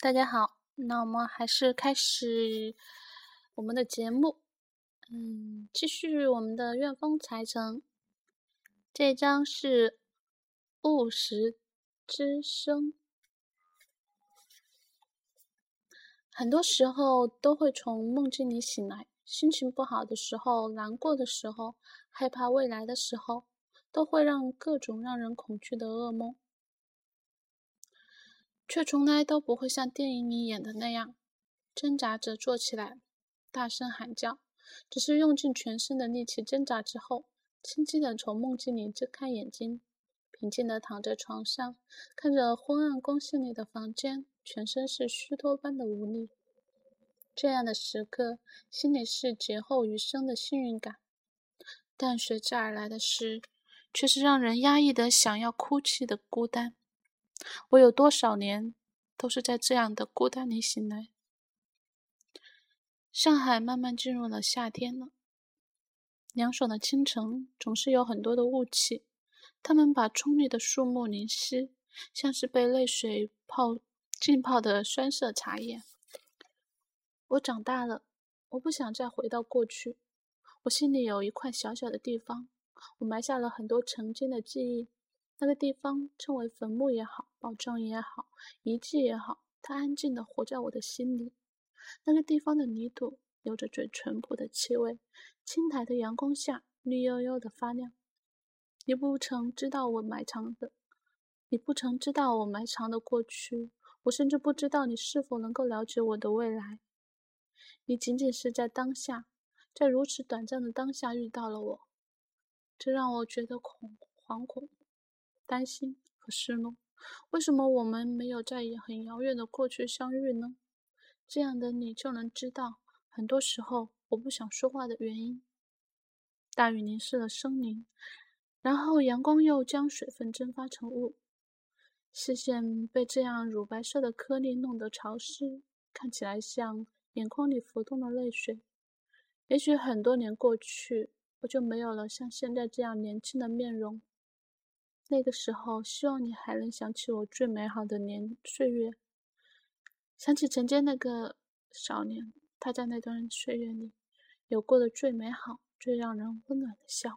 大家好，那我们还是开始我们的节目，继续我们的怨风财神。这一章是务实之声。很多时候都会从梦境里醒来，心情不好的时候、难过的时候、害怕未来的时候，都会让各种让人恐惧的噩梦，却从来都不会像电影里演的那样挣扎着坐起来，大声喊叫，只是用尽全身的力气挣扎之后，轻轻地从梦境里睁开眼睛，平静地躺在床上，看着昏暗光线里的房间，全身是虚脱般的无力。这样的时刻，心里是劫后余生的幸运感，但随之而来的是，却是让人压抑的想要哭泣的孤单。我有多少年都是在这样的孤单里醒来。上海慢慢进入了夏天了，凉爽的清晨总是有很多的雾气，它们把葱绿的树木淋湿，像是被泪水浸泡的酸涩茶叶。我长大了，我不想再回到过去。我心里有一块小小的地方，我埋下了很多曾经的记忆。那个地方称为坟墓也好，宝藏也好，遗迹也好，它安静地活在我的心里。那个地方的泥土有着最淳朴的气味，青苔的阳光下绿油油的发亮。你不曾知道我埋藏的过去，我甚至不知道你是否能够了解我的未来。你仅仅是在当下，在如此短暂的当下遇到了我，这让我觉得惶恐、担心和失落。为什么我们没有在很遥远的过去相遇呢？这样的你就能知道，很多时候我不想说话的原因。大雨淋湿了森林，然后阳光又将水分蒸发成雾，视线被这样乳白色的颗粒弄得潮湿，看起来像眼眶里浮动的泪水。也许很多年过去，我就没有了像现在这样年轻的面容。那个时候，希望你还能想起我最美好的岁月，想起曾经那个少年，他在那段岁月里有过的最美好、最让人温暖的笑。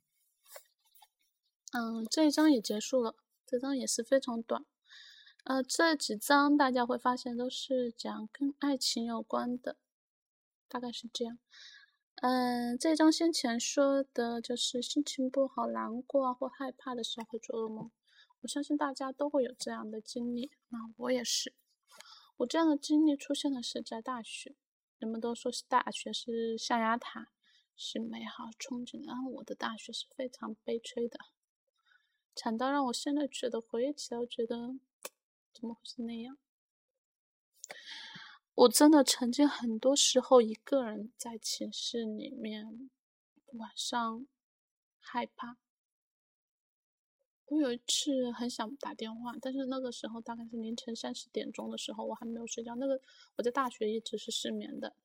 这一章也结束了，这章也是非常短。这几章大家会发现都是讲跟爱情有关的，大概是这样。这一章先前说的就是心情不好、难过或害怕的时候会做噩梦。我相信大家都会有这样的经历，那我也是。我这样的经历出现的是在大学，人们都说是大学是象牙塔，是美好憧憬的，然后我的大学是非常悲催的，惨到让我现在觉得回忆起来，我觉得怎么会是那样？我真的曾经很多时候一个人在寝室里面，晚上害怕。我有一次很想打电话，但是那个时候大概是凌晨30点钟的时候，我还没有睡觉。我在大学一直是失眠的，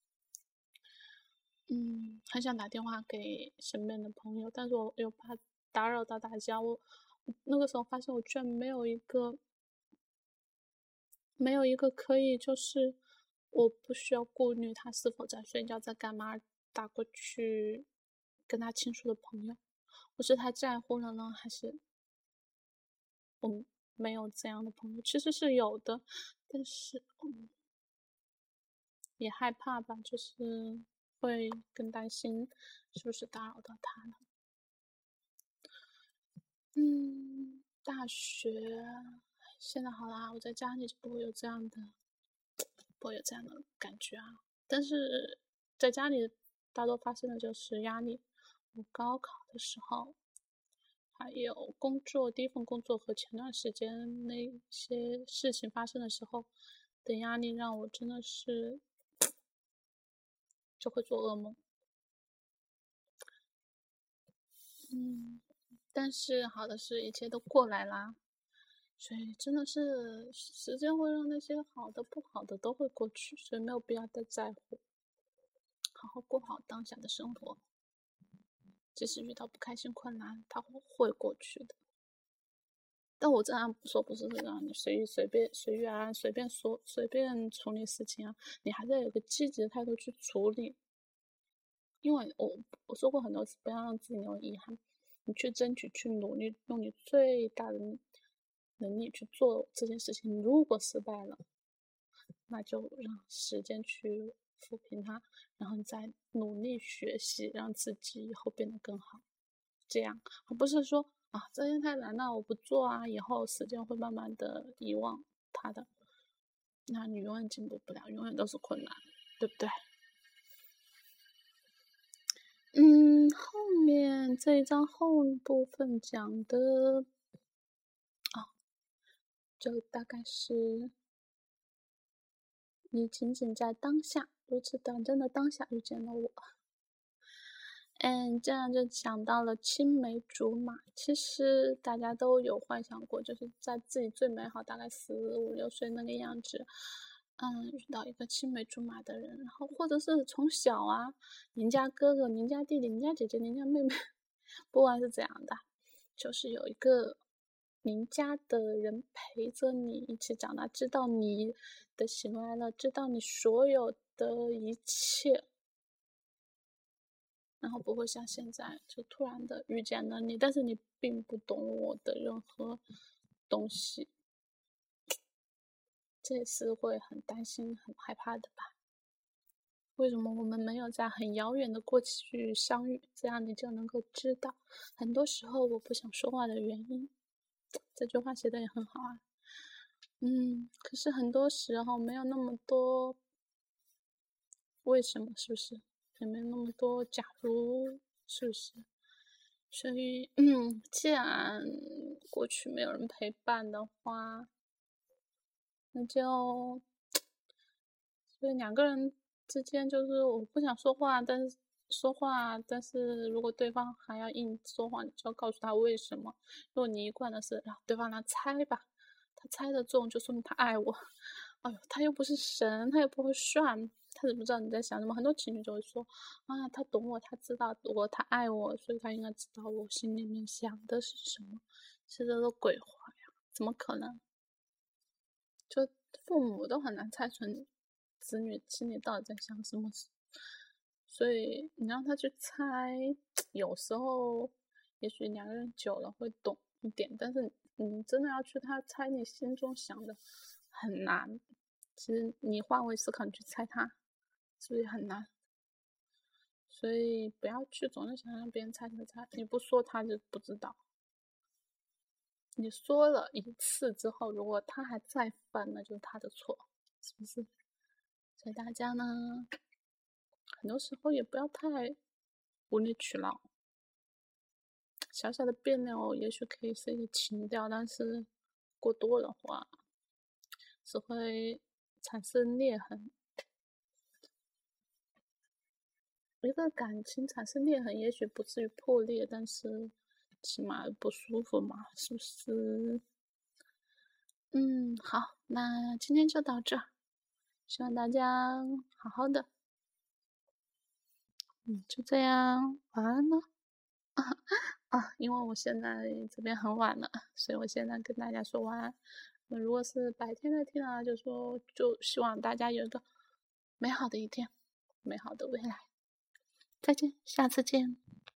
很想打电话给身边的朋友，但是我又怕打扰到大家。我那个时候发现我居然没有一个可以，就是我不需要顾虑他是否在睡觉，在干嘛，打过去跟他倾诉的朋友。我是太在乎了呢，还是我没有这样的朋友？其实是有的，但是也害怕吧，就是会更担心是不是打扰到他了。大学现在好啦，我在家里就不会有这样的感觉啊。但是在家里大多发生的就是压力。我高考的时候，还有第一份工作和前段时间那些事情发生的时候的压力，让我真的是就会做噩梦。但是好的是一切都过来啦，所以真的是时间会让那些好的不好的都会过去，所以没有必要再在乎，好好过好当下的生活。即使遇到不开心困难，它会过去的。 但我这样不是让你随遇而安，随便说随便处理事情啊，你还是有一个积极的态度去处理。因为我说过很多次，不要让自己有遗憾，你去争取去努力，用你最大的能力去做这件事情。如果失败了，那就让时间去抚平它，然后你再努力学习，让自己以后变得更好。这样，而不是说啊，这件太难了，我不做啊，以后时间会慢慢的遗忘它的，那你永远进步不了，永远都是困难，对不对？后面这一章后部分讲的就大概是你仅仅在当下，如此短暂的当下遇见了我。这样就想到了青梅竹马。其实大家都有幻想过，就是在自己最美好，大概15、16岁那个样子，遇到一个青梅竹马的人，然后或者是从小啊，邻家哥哥、邻家弟弟、邻家姐姐、邻家妹妹，不管是怎样的，就是有一个邻家的人陪着你一起长大，知道你的喜怒哀乐，知道你所有的一切。然后不会像现在就突然的遇见了你，但是你并不懂我的任何东西，这也是会很担心、很害怕的吧？为什么我们没有在很遥远的过去相遇？这样你就能够知道，很多时候我不想说话的原因。这句话写的也很好啊。可是很多时候没有那么多为什么，是不是？也没有那么多假如，是不是？所以，既然过去没有人陪伴的话，那就，所以两个人之间就是我不想说话，但是如果对方还要硬说话，你就要告诉他为什么。如果你一贯的是让对方来猜吧，他猜得中就说明他爱我。哎呦，他又不是神，他又不会算，他怎么知道你在想什么？很多情侣就会说啊，他懂我，他知道我，他爱我，所以他应该知道我心里面想的是什么。是这都鬼话呀，怎么可能？就父母都很难猜出子女心里到底在想什么，所以你让他去猜，有时候也许两个人久了会懂一点，但是你真的要去他猜你心中想的很难。其实你换位思考，你去猜他，是不是很难？所以不要去总是想让别人猜，你不说他就不知道。你说了一次之后，如果他还再犯，那就是他的错，是不是？所以大家呢，很多时候也不要太无理取闹。小小的别扭也许可以是一个情调，但是过多的话只会产生裂痕。一个感情产生裂痕，也许不至于破裂，但是起码不舒服嘛，是不是？好，那今天就到这，希望大家好好的。就这样，晚安了。因为我现在这边很晚了，所以我现在跟大家说晚安。那如果是白天的听啊，就希望大家有一个美好的一天，美好的未来。再见，下次见。